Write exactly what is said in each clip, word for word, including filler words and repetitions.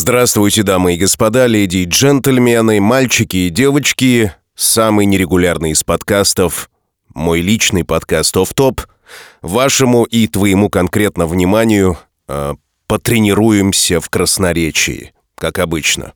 Здравствуйте, дамы и господа, леди и джентльмены, мальчики и девочки. Самый нерегулярный из подкастов, мой личный подкаст «Офф-топ». Вашему и твоему конкретно вниманию э, потренируемся в красноречии, как обычно.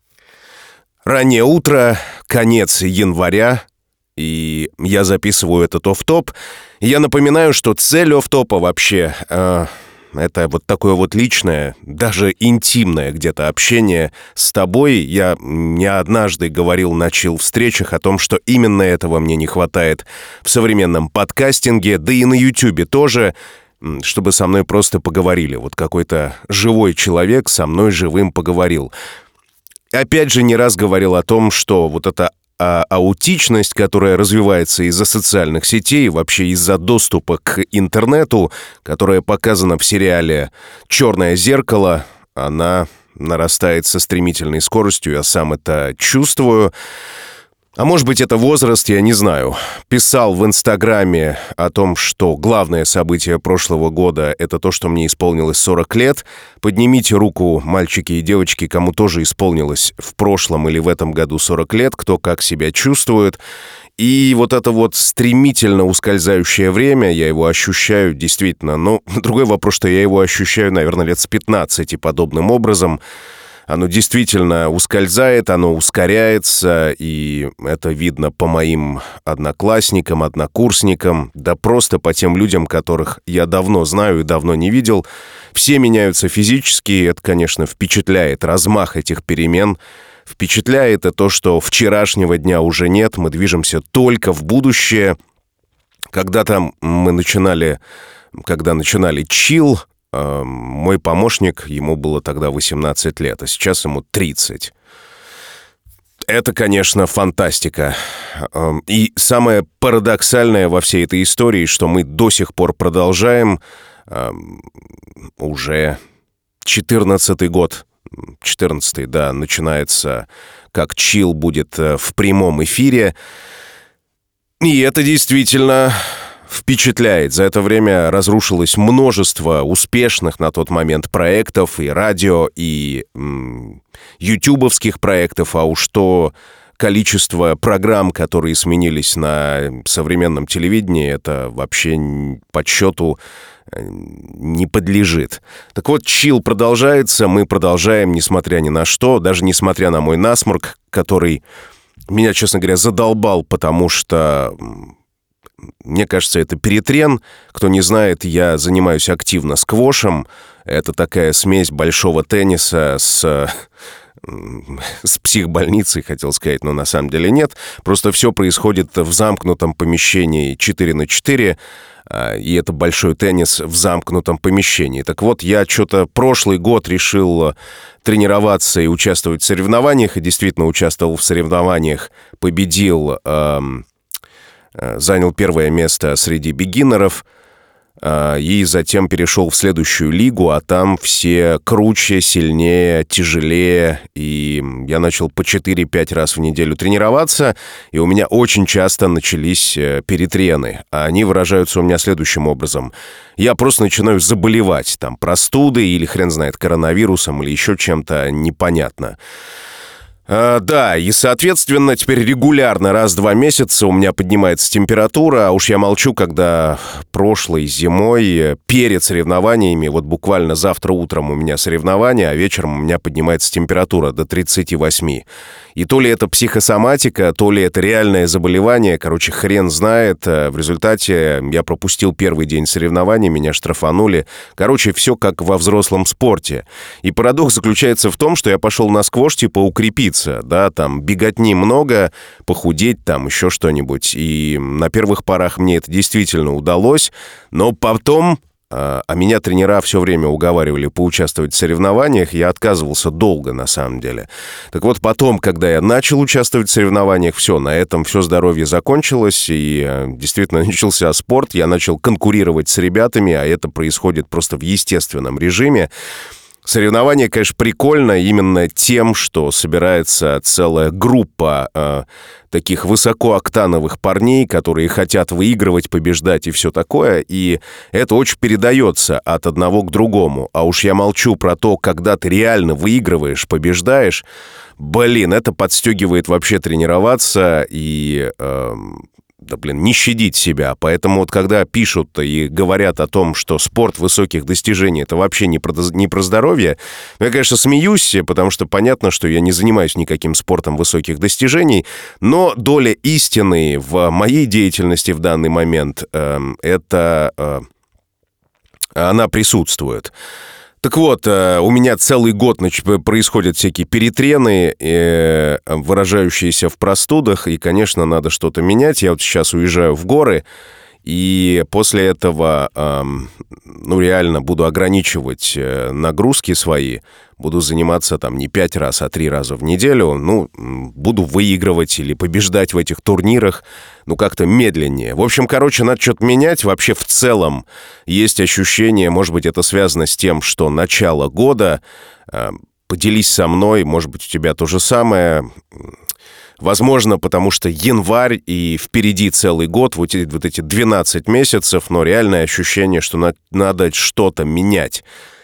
Раннее утро, конец января, и я записываю этот «Офф-топ». Я напоминаю, что цель «Офф-топа» вообще... Э, Это вот такое вот личное, даже интимное где-то общение с тобой. Я не однажды говорил на чил-встречах о том, что именно этого мне не хватает в современном подкастинге, да и на Ютубе тоже, чтобы со мной просто поговорили. Вот какой-то живой человек со мной живым поговорил. Опять же, не раз говорил о том, что вот это А аутичность, которая развивается из-за социальных сетей, вообще из-за доступа к интернету, которая показана в сериале «Черное зеркало», она нарастает со стремительной скоростью, я сам это чувствую. А может быть, это возраст, я не знаю. Писал в Инстаграме о том, что главное событие прошлого года — это то, что мне исполнилось сорок лет. Поднимите руку, мальчики и девочки, кому тоже исполнилось в прошлом или в этом году сорок лет, кто как себя чувствует. И вот это вот стремительно ускользающее время, я его ощущаю действительно. Но другой вопрос, что я его ощущаю, наверное, лет с пятнадцати подобным образом. Оно действительно ускользает, оно ускоряется, и это видно по моим одноклассникам, однокурсникам, да просто по тем людям, которых я давно знаю и давно не видел. Все меняются физически, и это, конечно, впечатляет размах этих перемен. Впечатляет и то, что вчерашнего дня уже нет, мы движемся только в будущее. Когда-то мы начинали, когда начинали чил, мой помощник, ему было тогда восемнадцать лет, а сейчас ему тридцать. Это, конечно, фантастика. И самое парадоксальное во всей этой истории, что мы до сих пор продолжаем уже четырнадцатый год. четырнадцатый, да, начинается, как чил будет в прямом эфире. И это действительно... впечатляет. За это время разрушилось множество успешных на тот момент проектов и радио, и м- ютубовских проектов, а уж то количество программ, которые сменились на современном телевидении, это вообще подсчету не подлежит. Так вот, чил продолжается, мы продолжаем, несмотря ни на что, даже несмотря на мой насморк, который меня, честно говоря, задолбал, потому что... Мне кажется, это перетрен. Кто не знает, я занимаюсь активно сквошем. Это такая смесь большого тенниса с, с психбольницей, хотел сказать, но на самом деле нет. Просто все происходит в замкнутом помещении четыре на четыре, и это большой теннис в замкнутом помещении. Так вот, я что-то прошлый год решил тренироваться и участвовать в соревнованиях, и действительно участвовал в соревнованиях, победил... Эм, занял первое место среди бигинеров, и затем перешел в следующую лигу, а там все круче, сильнее, тяжелее, и я начал по четыре-пять раз в неделю тренироваться, и у меня очень часто начались перетрены, а они выражаются у меня следующим образом. Я просто начинаю заболевать, там, простудой или, хрен знает, коронавирусом или еще чем-то, непонятно. А, да, и, соответственно, теперь регулярно раз в два месяца у меня поднимается температура, а уж я молчу, когда прошлой зимой перед соревнованиями, вот буквально завтра утром у меня соревнования, а вечером у меня поднимается температура до тридцати восьми. И то ли это психосоматика, то ли это реальное заболевание, короче, хрен знает. В результате я пропустил первый день соревнований, меня штрафанули. Короче, все как во взрослом спорте. И парадокс заключается в том, что я пошел на сквош, типа, укрепиться, да, там, беготни много, похудеть, там, еще что-нибудь. И на первых порах мне это действительно удалось, но потом... А меня тренера все время уговаривали поучаствовать в соревнованиях, я отказывался долго, на самом деле. Так вот, потом, когда я начал участвовать в соревнованиях, все, на этом все здоровье закончилось, и действительно начался спорт, я начал конкурировать с ребятами, а это происходит просто в естественном режиме. Соревнование, конечно, прикольно именно тем, что собирается целая группа э, таких высокооктановых парней, которые хотят выигрывать, побеждать и все такое, и это очень передается от одного к другому. А уж я молчу про то, когда ты реально выигрываешь, побеждаешь, блин, это подстегивает вообще тренироваться и... Э, да, блин, не щадить себя. Поэтому вот когда пишут и говорят о том, что спорт высоких достижений — это вообще не про, не про здоровье, я, конечно, смеюсь, потому что понятно, что я не занимаюсь никаким спортом высоких достижений, но доля истины в моей деятельности в данный момент, э, это... Э, она присутствует. Так вот, у меня целый год происходят всякие перетрены, выражающиеся в простудах, и, конечно, надо что-то менять. Я вот сейчас уезжаю в горы, и после этого, ну, реально буду ограничивать нагрузки свои, буду заниматься там не пять раз, а три раза в неделю, ну, буду выигрывать или побеждать в этих турнирах, ну, как-то медленнее. В общем, короче, надо что-то менять. Вообще, в целом, есть ощущение, может быть, это связано с тем, что начало года, поделись со мной, может быть, у тебя то же самое. Возможно, потому что январь и впереди целый год, вот эти, вот эти двенадцать месяцев, но реальное ощущение, что на, надо что-то менять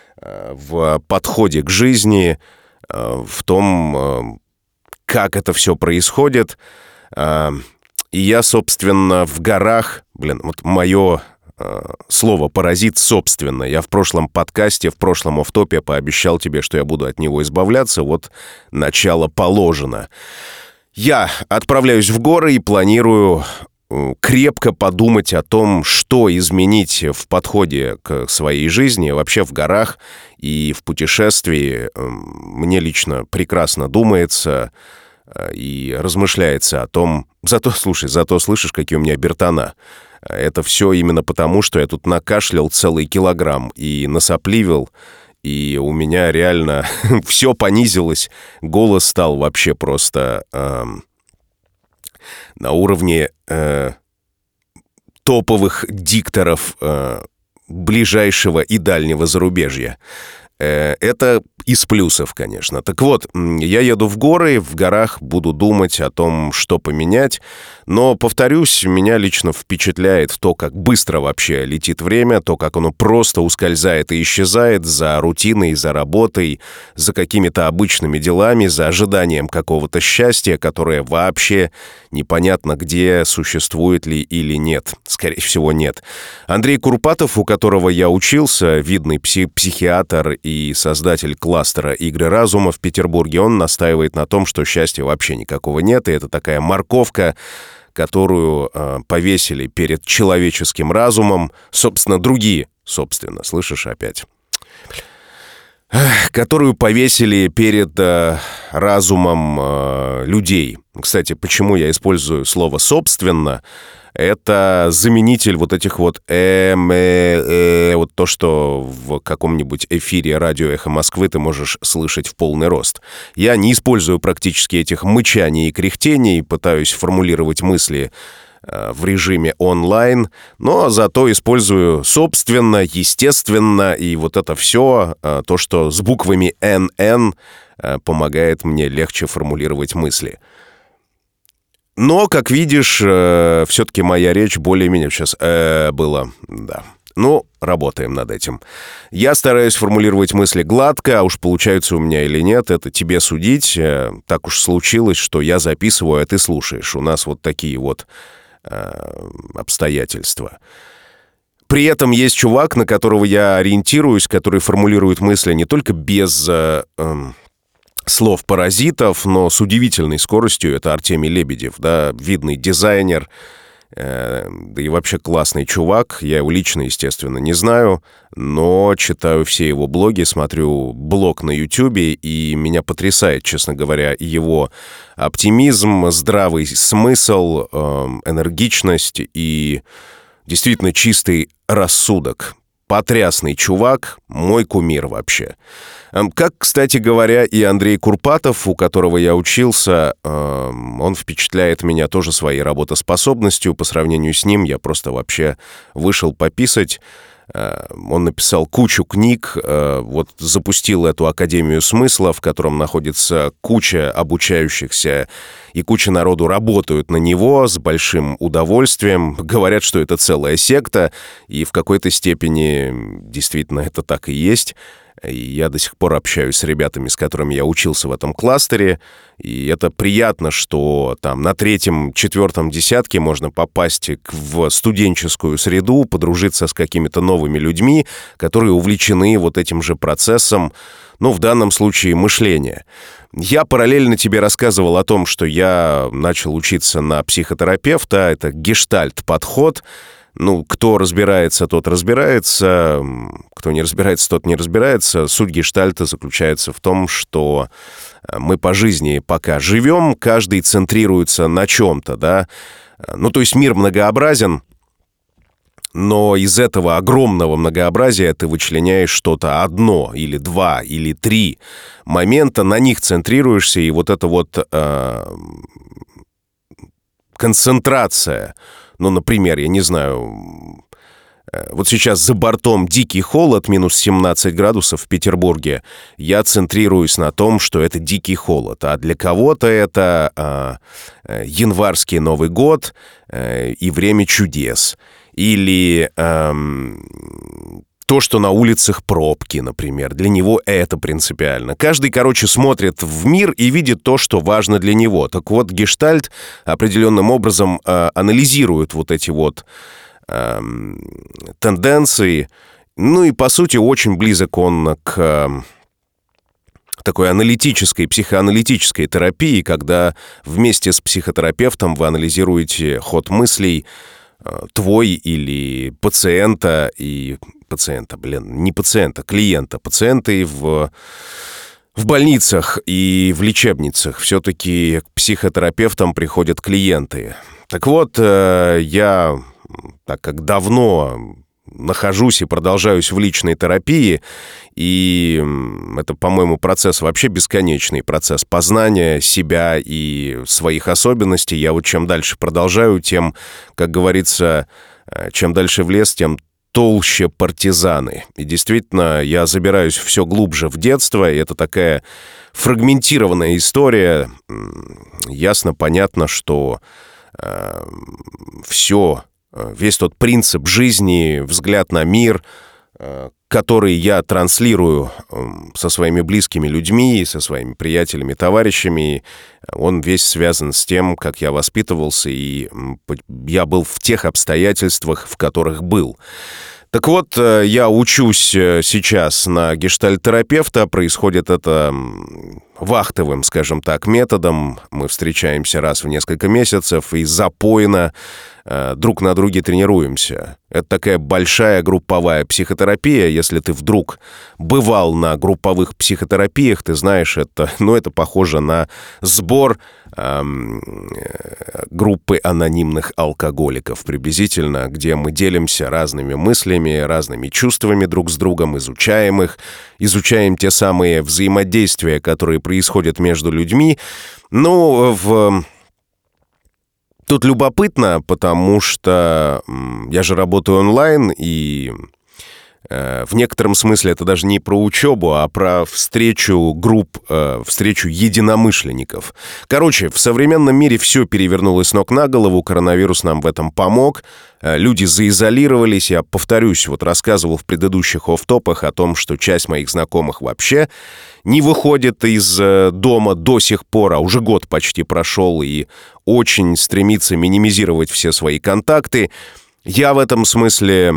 в подходе к жизни, в том, как это все происходит. И я, собственно, в горах, блин, вот мое слово «паразит» собственно. Я в прошлом подкасте, в прошлом офф-топе пообещал тебе, что я буду от него избавляться, вот начало положено. Я отправляюсь в горы и планирую крепко подумать о том, что изменить в подходе к своей жизни, вообще в горах и в путешествии. Мне лично прекрасно думается и размышляется о том... Зато, слушай, зато слышишь, какие у меня бертона. Это все именно потому, что я тут накашлял целый килограмм и насопливил, и у меня реально все понизилось, голос стал вообще просто э, на уровне э, топовых дикторов э, ближайшего и дальнего зарубежья. Э, это из плюсов, конечно. Так вот, я еду в горы, в горах буду думать о том, что поменять, но, повторюсь, меня лично впечатляет то, как быстро вообще летит время, то, как оно просто ускользает и исчезает за рутиной, за работой, за какими-то обычными делами, за ожиданием какого-то счастья, которое вообще непонятно где, существует ли или нет. Скорее всего, нет. Андрей Курпатов, у которого я учился, видный пси- психиатр и создатель кластера «Игры разума» в Петербурге, он настаивает на том, что счастья вообще никакого нет, и это такая морковка, которую э, повесили перед человеческим разумом, собственно, другие, собственно, слышишь опять, которую повесили перед э, разумом э, людей. Кстати, почему я использую слово «собственно»? Это заменитель вот этих вот эм, э, э, вот то, что в каком-нибудь эфире радио «Эхо Москвы» ты можешь слышать в полный рост. Я не использую практически этих мычаний и кряхтений, пытаюсь формулировать мысли э, в режиме онлайн, но зато использую собственно, естественно, и вот это все, э, то, что с буквами эн эн э, помогает мне легче формулировать мысли. Но, как видишь, э, все-таки моя речь более-менее сейчас э, была, да. Ну, работаем над этим. Я стараюсь формулировать мысли гладко, а уж получается у меня или нет, это тебе судить. Э, так уж случилось, что я записываю, а ты слушаешь. У нас вот такие вот э, обстоятельства. При этом есть чувак, на которого я ориентируюсь, который формулирует мысли не только без... Э, э, слов паразитов, но с удивительной скоростью. Это Артемий Лебедев, да, видный дизайнер, э, да и вообще классный чувак. Я его лично, естественно, не знаю, но читаю все его блоги, смотрю блог на Ютубе, и меня потрясает, честно говоря, его оптимизм, здравый смысл, э, энергичность и действительно чистый рассудок. Потрясный чувак, мой кумир вообще. Как, кстати говоря, и Андрей Курпатов, у которого я учился, он впечатляет меня тоже своей работоспособностью. По сравнению с ним я просто вообще вышел пописать. Он написал кучу книг, вот запустил эту Академию смысла, в котором находится куча обучающихся, и куча народу работают на него с большим удовольствием. Говорят, что это целая секта, и в какой-то степени действительно это так и есть. И я до сих пор общаюсь с ребятами, с которыми я учился в этом кластере, и это приятно, что там на третьем, четвертом десятке можно попасть в студенческую среду, подружиться с какими-то новыми людьми, которые увлечены вот этим же процессом, ну, в данном случае, мышления. Я параллельно тебе рассказывал о том, что я начал учиться на психотерапевта, это гештальт-подход. Ну, кто разбирается, тот разбирается, кто не разбирается, тот не разбирается. Суть гештальта заключается в том, что мы по жизни пока живем, каждый центрируется на чем-то, да. Ну, то есть мир многообразен, но из этого огромного многообразия ты вычленяешь что-то одно, или два, или три момента, на них центрируешься, и вот эта вот э, концентрация. Ну, например, я не знаю, вот сейчас за бортом дикий холод, минус семнадцать градусов в Петербурге. Я центрируюсь на том, что это дикий холод. А для кого-то это а, январский Новый год а, и время чудес. Или а, то, что на улицах пробки, например. Для него это принципиально. Каждый, короче, смотрит в мир и видит то, что важно для него. Так вот, гештальт определенным образом э, анализирует вот эти вот э, тенденции. Ну и, по сути, очень близок он к э, такой аналитической, психоаналитической терапии, когда вместе с психотерапевтом вы анализируете ход мыслей э, твой или пациента и... пациента, блин, не пациента, клиента. Пациенты в, в больницах и в лечебницах. Все-таки к психотерапевтам приходят клиенты. Так вот, я, так как давно нахожусь и продолжаюсь в личной терапии, и это, по-моему, процесс вообще бесконечный, процесс познания себя и своих особенностей. Я вот чем дальше продолжаю, тем, как говорится, чем дальше в лес, тем толще партизаны. И действительно, я забираюсь все глубже в детство, и это такая фрагментированная история. Ясно, понятно, что э, все, весь тот принцип жизни, взгляд на мир, э, который я транслирую э, со своими близкими людьми, со своими приятелями, товарищами, он весь связан с тем, как я воспитывался, и я был в тех обстоятельствах, в которых был. Так вот, я учусь сейчас на гештальт-терапевта. Происходит это вахтовым, скажем так, методом. Мы встречаемся раз в несколько месяцев и запойно э, друг на друге тренируемся. Это такая большая групповая психотерапия. Если ты вдруг бывал на групповых психотерапиях, ты знаешь, это, ну, это похоже на сбор э, группы анонимных алкоголиков приблизительно, где мы делимся разными мыслями, разными чувствами друг с другом, изучаем их, изучаем те самые взаимодействия, которые происходят между людьми. Ну, в... тут любопытно, потому что я же работаю онлайн, и э, в некотором смысле это даже не про учебу, а про встречу групп, э, встречу единомышленников. Короче, в современном мире все перевернулось с ног на голову, коронавирус нам в этом помог. Люди заизолировались, я повторюсь, вот рассказывал в предыдущих офф-топах о том, что часть моих знакомых вообще не выходит из дома до сих пор, а уже год почти прошел, и очень стремится минимизировать все свои контакты. Я в этом смысле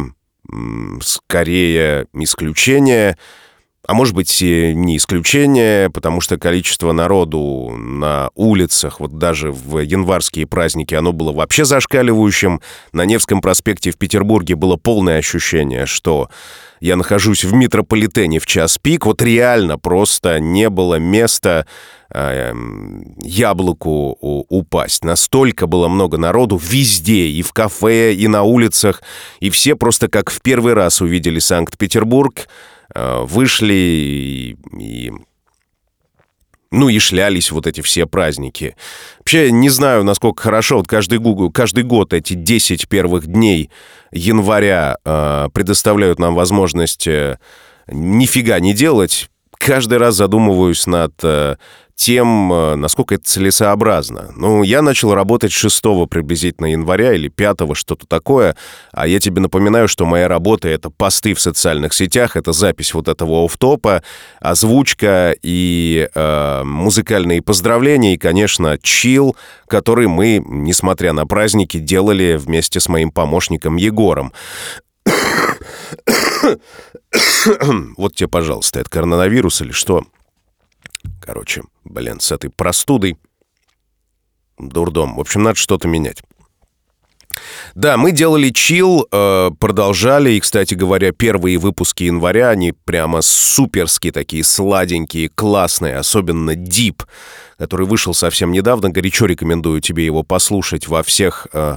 скорее исключение, а может быть и не исключение, потому что количество народу на улицах, вот даже в январские праздники, оно было вообще зашкаливающим. На Невском проспекте в Петербурге было полное ощущение, что я нахожусь в метрополитене в час пик. Вот реально просто не было места э, яблоку упасть. Настолько было много народу везде, и в кафе, и на улицах. И все просто как в первый раз увидели Санкт-Петербург, вышли и, и Ну и шлялись вот эти все праздники. Вообще, не знаю, насколько хорошо, вот каждый, каждый год эти десять первых дней января э, предоставляют нам возможность э, нифига не делать. Каждый раз задумываюсь над э, тем, э, насколько это целесообразно. Ну, я начал работать шестого приблизительно января или пятого, что-то такое. А я тебе напоминаю, что моя работа — это посты в социальных сетях, это запись вот этого офф-топа, озвучка и э, музыкальные поздравления, и, конечно, чил, который мы, несмотря на праздники, делали вместе с моим помощником Егором. Вот тебе, пожалуйста, это коронавирус или что? Короче, блин, с этой простудой дурдом. В общем, надо что-то менять. Да, мы делали чил, э, продолжали. И, кстати говоря, первые выпуски января, они прямо суперские такие, сладенькие, классные. Особенно Deep, который вышел совсем недавно. Горячо рекомендую тебе его послушать во всех... Э,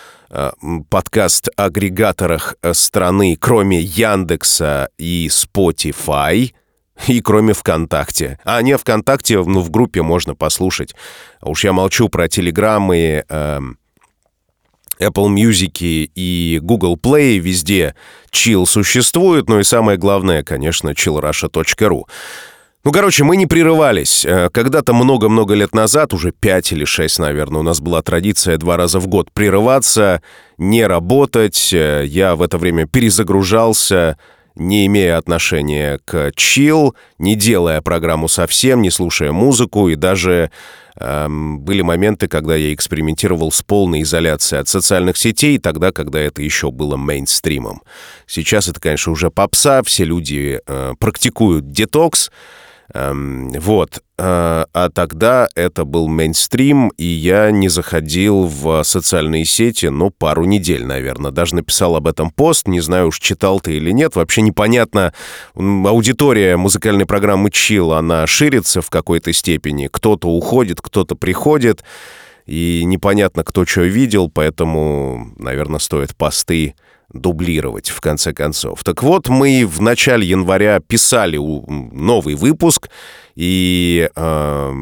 подкаст-агрегаторах страны, кроме Яндекса и Spotify, и кроме ВКонтакте. А не ВКонтакте, ну, в группе можно послушать. А уж я молчу про телеграммы, э, Apple Music и Google Play. Везде чил существует, но и самое главное, конечно, чил раша точка ру. Ну, короче, мы не прерывались. Когда-то много-много лет назад, уже пять или шесть, наверное, у нас была традиция два раза в год прерываться, не работать. Я в это время перезагружался, не имея отношения к чил, не делая программу совсем, не слушая музыку. И даже эм, были моменты, когда я экспериментировал с полной изоляцией от социальных сетей, тогда, когда это еще было мейнстримом. Сейчас это, конечно, уже попса, все люди э, практикуют детокс. Эм, вот. А, а тогда это был мейнстрим, и я не заходил в социальные сети, ну, пару недель, наверное. Даже написал об этом пост, не знаю уж, читал ты или нет. Вообще непонятно. Аудитория музыкальной программы «Чил», она ширится в какой-то степени. Кто-то уходит, кто-то приходит, и непонятно, кто что видел, поэтому, наверное, стоит посты дублировать, в конце концов. Так вот, мы в начале января писали новый выпуск, и э,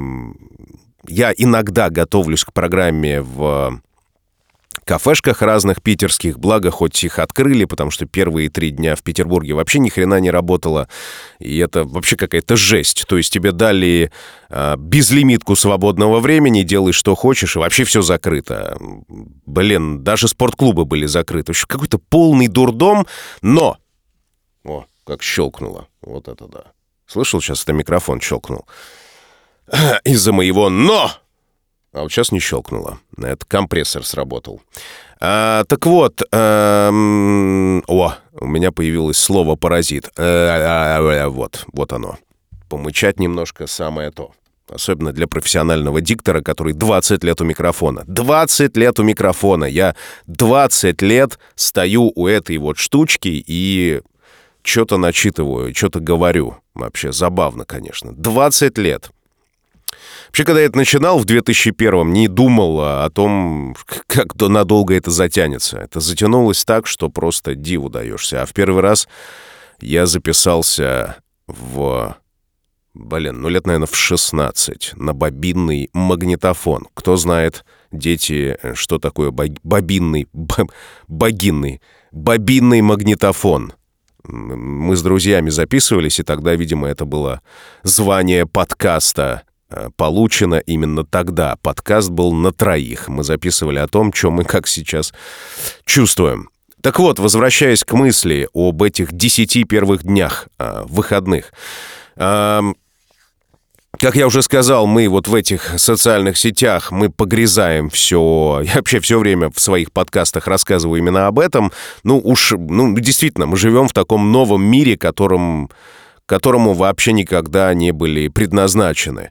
я иногда готовлюсь к программе в кафешках разных питерских, благо хоть их открыли, потому что первые три дня в Петербурге вообще ни хрена не работало, и это вообще какая-то жесть. То есть тебе дали э, безлимитку свободного времени, делай что хочешь, и вообще все закрыто. Блин, даже спортклубы были закрыты. В общем, какой-то полный дурдом, но... О, как щелкнуло. Вот это да. Слышал, сейчас это микрофон щелкнул. Из-за моего «но». А вот сейчас не щелкнуло. Это компрессор сработал. А, так вот, эм, о, у меня появилось слово «паразит». Э, вот, вот оно. Помычать немножко самое то. Особенно для профессионального диктора, который двадцать лет у микрофона. двадцать лет у микрофона. Я двадцать лет стою у этой вот штучки и что-то начитываю, что-то говорю. Вообще забавно, конечно. двадцать лет. Вообще, когда я это начинал в две тысячи первом, не думал о том, как надолго это затянется. Это затянулось так, что просто диву даешься. А в первый раз я записался в... Блин, ну лет, наверное, в шестнадцать на бобинный магнитофон. Кто знает, дети, что такое бобинный... Богинный... Бобинный магнитофон. Мы с друзьями записывались, и тогда, видимо, это было звание подкаста получено именно тогда. Подкаст был на троих. Мы записывали о том, что мы как сейчас чувствуем. Так вот, возвращаясь к мысли об этих десяти первых днях э, выходных. Э, как я уже сказал, мы вот в этих социальных сетях, мы погрязаем все. Я вообще все время в своих подкастах рассказываю именно об этом. Ну уж, ну действительно, мы живем в таком новом мире, которым... которому вообще никогда не были предназначены.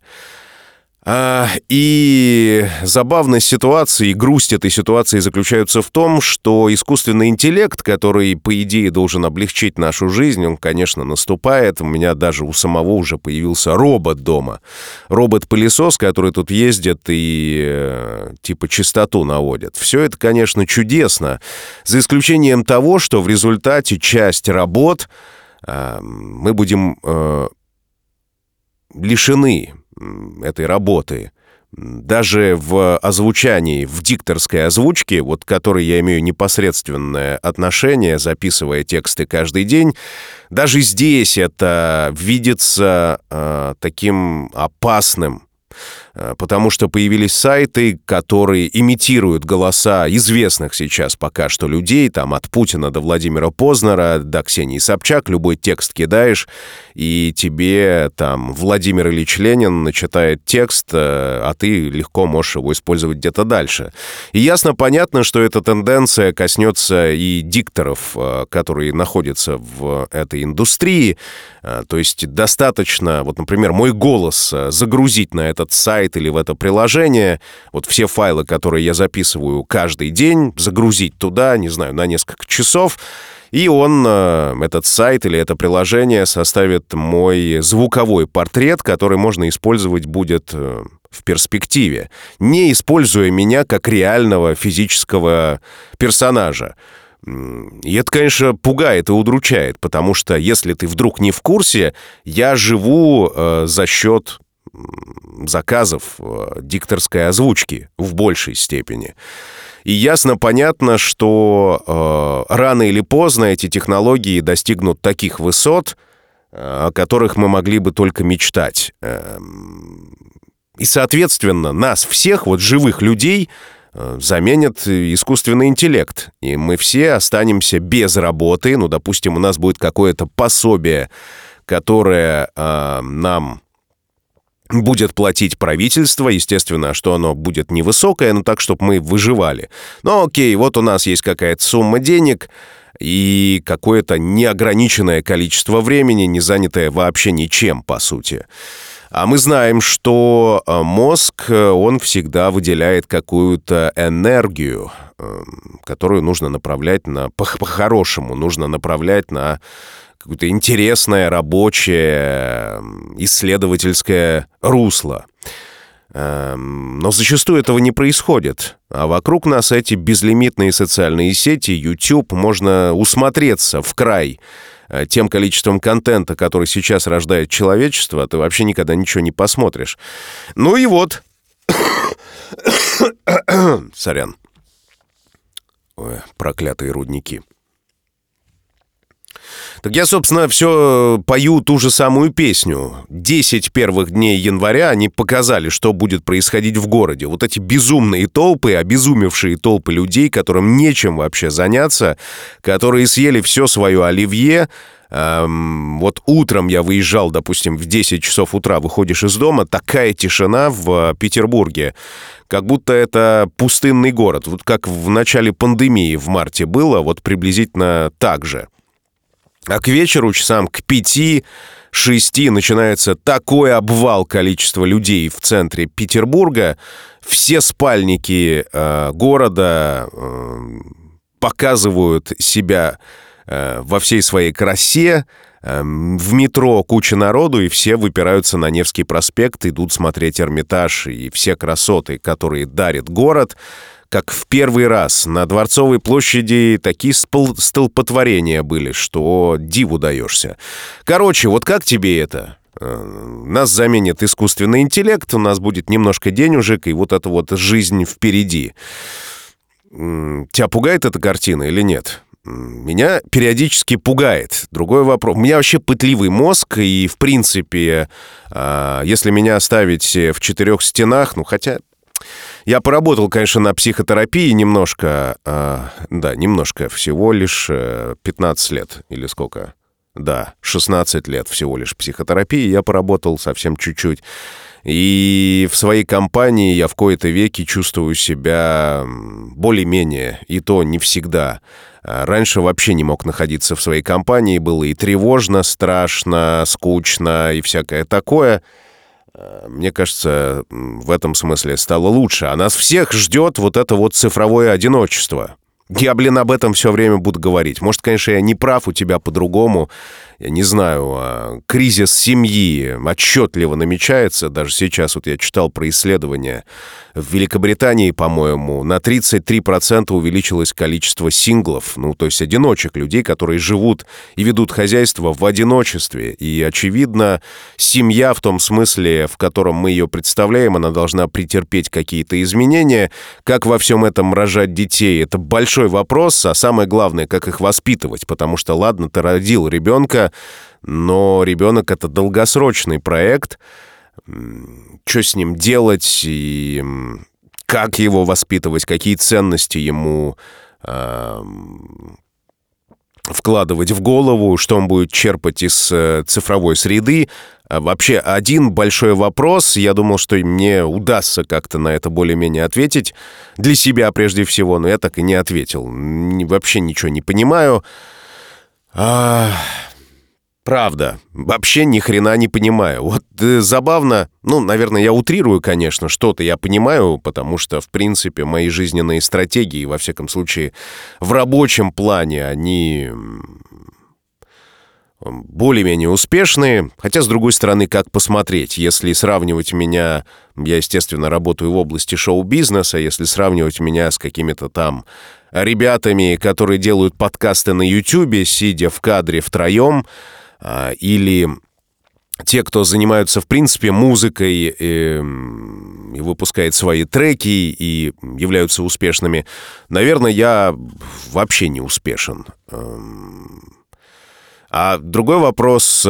А, и забавность ситуации, и грусть этой ситуации заключаются в том, что искусственный интеллект, который, по идее, должен облегчить нашу жизнь, он, конечно, наступает. У меня даже у самого уже появился робот дома. Робот-пылесос, который тут ездит и э, типа чистоту наводит. Все это, конечно, чудесно, за исключением того, что в результате часть работ мы будем э, лишены, этой работы. Даже в озвучании, в дикторской озвучке, вот к которой я имею непосредственное отношение, записывая тексты каждый день, даже здесь это видится э, таким опасным, потому что появились сайты, которые имитируют голоса известных сейчас пока что людей, там от Путина до Владимира Познера, до Ксении Собчак, любой текст кидаешь, и тебе там Владимир Ильич Ленин начитает текст, а ты легко можешь его использовать где-то дальше. И ясно, понятно, что эта тенденция коснется и дикторов, которые находятся в этой индустрии, то есть достаточно, вот, например, мой голос загрузить на этот сайт или в это приложение, вот все файлы, которые я записываю каждый день, загрузить туда, не знаю, на несколько часов, и он, этот сайт или это приложение, составит мой звуковой портрет, который можно использовать будет в перспективе, не используя меня как реального физического персонажа. И это, конечно, пугает и удручает, потому что, если ты вдруг не в курсе, я живу э, за счет заказов э, дикторской озвучки в большей степени. И ясно, понятно, что э, рано или поздно эти технологии достигнут таких высот, э, о которых мы могли бы только мечтать. Э, и, соответственно, нас всех, вот живых людей, заменит искусственный интеллект, и мы все останемся без работы. Ну, допустим, у нас будет какое-то пособие, которое э, нам будет платить правительство, естественно, что оно будет невысокое, но так, чтобы мы выживали. Ну, окей, вот у нас есть какая-то сумма денег и какое-то неограниченное количество времени, не занятое вообще ничем, по сути. А мы знаем, что мозг, он всегда выделяет какую-то энергию, которую нужно направлять на, по-хорошему, нужно направлять на какое-то интересное, рабочее, исследовательское русло. Но зачастую этого не происходит. А вокруг нас эти безлимитные социальные сети, YouTube, можно усмотреться в край тем количеством контента, который сейчас рождает человечество, ты вообще никогда ничего не посмотришь. Ну и вот. Сорян. Ой, проклятые рудники. Так я, собственно, все пою ту же самую песню. Десять первых дней января они показали, что будет происходить в городе. Вот эти безумные толпы, обезумевшие толпы людей, которым нечем вообще заняться, которые съели все свое оливье. Эм, вот утром я выезжал, допустим, в десять часов утра, выходишь из дома, такая тишина в Петербурге, как будто это пустынный город. Вот как в начале пандемии в марте было, вот приблизительно так же. А к вечеру, часам к пяти-шести, начинается такой обвал количества людей в центре Петербурга. Все спальники э, города э, показывают себя э, во всей своей красе. Э, в метро куча народу, и все выпираются на Невский проспект, идут смотреть Эрмитаж и все красоты, которые дарит город. Как в первый раз на Дворцовой площади такие спол- столпотворения были, что диву даешься. Короче, вот как тебе это? Нас заменит искусственный интеллект, у нас будет немножко денежек, и вот эта вот жизнь впереди. Тебя пугает эта картина или нет? Меня периодически пугает. Другой вопрос. У меня вообще пытливый мозг, и, в принципе, если меня оставить в четырех стенах, ну, хотя... Я поработал, конечно, на психотерапии немножко, э, да, немножко, всего лишь э, пятнадцать лет, или сколько? Да, шестнадцать лет всего лишь психотерапии я поработал совсем чуть-чуть. И в своей компании я в кои-то веки чувствую себя более-менее, и то не всегда. Раньше вообще не мог находиться в своей компании, было и тревожно, страшно, скучно и всякое такое. Мне кажется, в этом смысле стало лучше. А нас всех ждет вот это вот цифровое одиночество. Я, блин, об этом все время буду говорить. Может, конечно, я не прав, у тебя по-другому. Я не знаю, кризис семьи отчетливо намечается. Даже сейчас вот я читал про исследования. В Великобритании, по-моему, на тридцать три процента увеличилось количество синглов, ну, то есть одиночек, людей, которые живут и ведут хозяйство в одиночестве. И, очевидно, семья в том смысле, в котором мы ее представляем, она должна претерпеть какие-то изменения. Как во всем этом рожать детей? Это большой вопрос, а самое главное, как их воспитывать. Потому что, ладно, ты родил ребенка, но ребенок — это долгосрочный проект. Что с ним делать и как его воспитывать, какие ценности ему э, вкладывать в голову, что он будет черпать из э, цифровой среды. А вообще, один большой вопрос, я думал, что мне удастся как-то на это более-менее ответить, для себя прежде всего, но я так и не ответил. Вообще ничего не понимаю. А... Правда, вообще ни хрена не понимаю. Вот э, забавно, ну, наверное, я утрирую, конечно, что-то я понимаю, потому что, в принципе, мои жизненные стратегии, во всяком случае, в рабочем плане, они более-менее успешные. Хотя, с другой стороны, как посмотреть? Если сравнивать меня, я, естественно, работаю в области шоу-бизнеса, если сравнивать меня с какими-то там ребятами, которые делают подкасты на Ютубе, сидя в кадре втроем, или те, кто занимаются, в принципе, музыкой и, и выпускает свои треки и являются успешными, наверное, я вообще не успешен. А другой вопрос...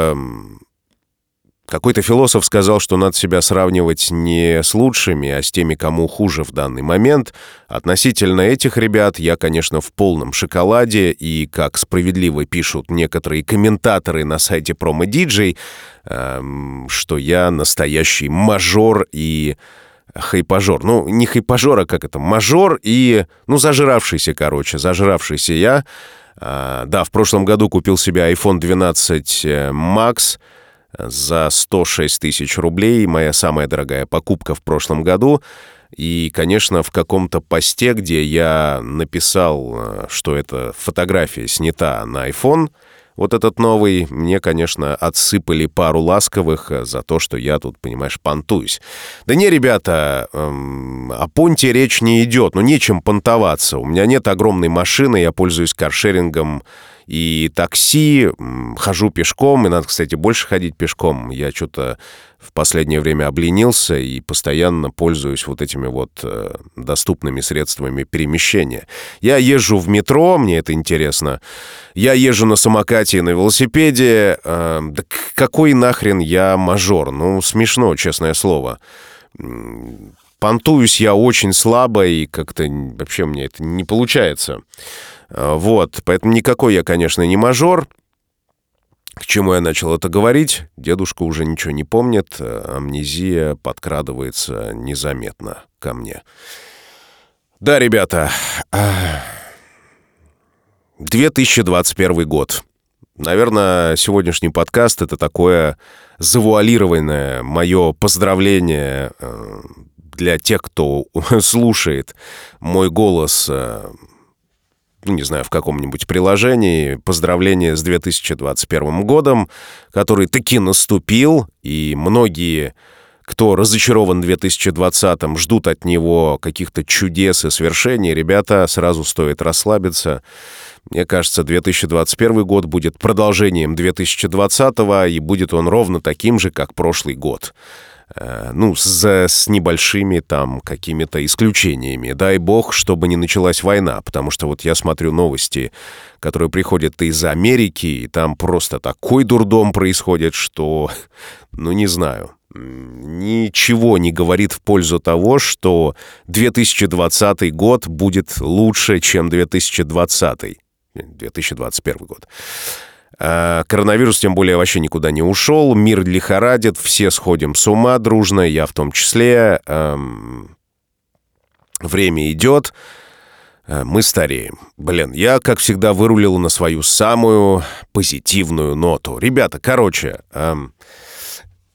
Какой-то философ сказал, что надо себя сравнивать не с лучшими, а с теми, кому хуже в данный момент. Относительно этих ребят я, конечно, в полном шоколаде, и, как справедливо пишут некоторые комментаторы на сайте Promo-ди джей, эм, что я настоящий мажор и хайпажор. Ну, не хайпажор, а как это? Мажор и, ну, зажравшийся, короче, зажравшийся я. Э, да, в прошлом году купил себе айфон двенадцать Макс за сто шесть тысяч рублей, моя самая дорогая покупка в прошлом году. И, конечно, в каком-то посте, где я написал, что эта фотография снята на iPhone, вот этот новый, мне, конечно, отсыпали пару ласковых за то, что я тут, понимаешь, понтуюсь. Да не, ребята, эм, о понте речь не идет, ну нечем понтоваться. У меня нет огромной машины, я пользуюсь каршерингом и такси, хожу пешком, и надо, кстати, больше ходить пешком. Я что-то в последнее время обленился и постоянно пользуюсь вот этими вот э, доступными средствами перемещения. Я езжу в метро, мне это интересно. Я езжу на самокате и на велосипеде. Э, да какой нахрен я мажор? Ну, смешно, честное слово. Понтуюсь я очень слабо, и как-то вообще мне это не получается. Вот, поэтому никакой я, конечно, не мажор. К чему я начал это говорить? Дедушка уже ничего не помнит, амнезия подкрадывается незаметно ко мне. Да, ребята, две тысячи двадцать первый год. Наверное, сегодняшний подкаст — это такое завуалированное мое поздравление для тех, кто слушает мой голос, ну, не знаю, в каком-нибудь приложении. Поздравления с две тысячи двадцать первым годом, который таки наступил, и многие, кто разочарован в две тысячи двадцатом, ждут от него каких-то чудес и свершений. Ребята, сразу стоит расслабиться. Мне кажется, две тысячи двадцать первый год будет продолжением две тысячи двадцатого, и будет он ровно таким же, как прошлый год. Ну, с, с небольшими там какими-то исключениями. Дай бог, чтобы не началась война, потому что вот я смотрю новости, которые приходят из Америки, и там просто такой дурдом происходит, что, ну, не знаю, ничего не говорит в пользу того, что две тысячи двадцатый год будет лучше, чем две тысячи двадцатый. две тысячи двадцать первый год. Коронавирус, тем более, вообще никуда не ушел. Мир лихорадит, все сходим с ума дружно, я в том числе. Эм, время идет, мы стареем. Блин, я, как всегда, вырулил на свою самую позитивную ноту. Ребята, короче, эм,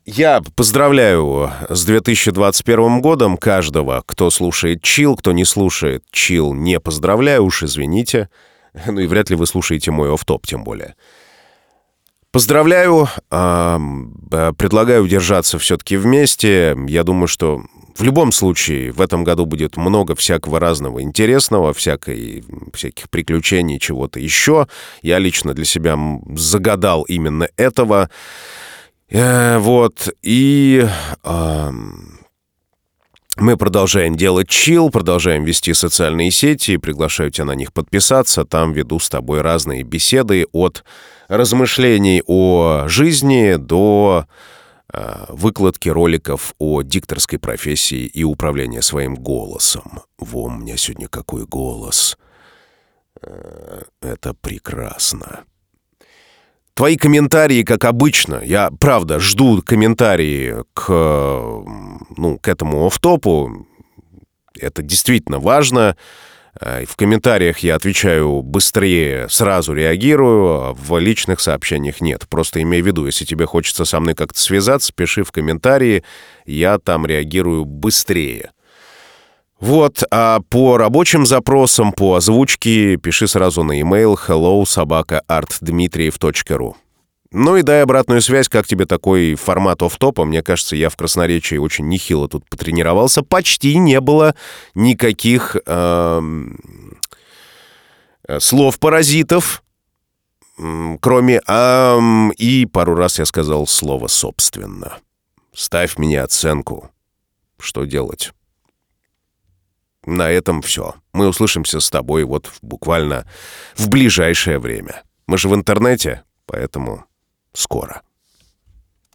Я поздравляю с две тысячи двадцать первым годом каждого, кто слушает Chill, кто не слушает Chill, не поздравляю, уж извините. Ну и вряд ли вы слушаете мой офф-топ, тем более. Поздравляю, э, предлагаю держаться все-таки вместе. Я думаю, что в любом случае в этом году будет много всякого разного интересного, всякой, всяких приключений, чего-то еще. Я лично для себя загадал именно этого. Э, вот, и э, мы продолжаем делать Chill, продолжаем вести социальные сети, приглашаю тебя на них подписаться, там веду с тобой разные беседы от размышлений о жизни до э, выкладки роликов о дикторской профессии и управлении своим голосом. Во, у меня сегодня какой голос. Э, это прекрасно. Твои комментарии, как обычно, я, правда, жду комментарии к, ну, к этому офф-топу. Это действительно важно. В комментариях я отвечаю быстрее, сразу реагирую, а в личных сообщениях нет. Просто имей в виду, если тебе хочется со мной как-то связаться, пиши в комментарии, я там реагирую быстрее. Вот, а по рабочим запросам, по озвучке пиши сразу на e-mail hello собака artdmitriev точка ru. Ну и дай обратную связь, как тебе такой формат офф-топа. Мне кажется, я в красноречии очень нехило тут потренировался. Почти не было никаких эм, слов-паразитов, эм, кроме «ам», и пару раз я сказал слово «собственно». Ставь мне оценку. Что делать? На этом все. Мы услышимся с тобой вот буквально в ближайшее время. Мы же в интернете, поэтому скоро.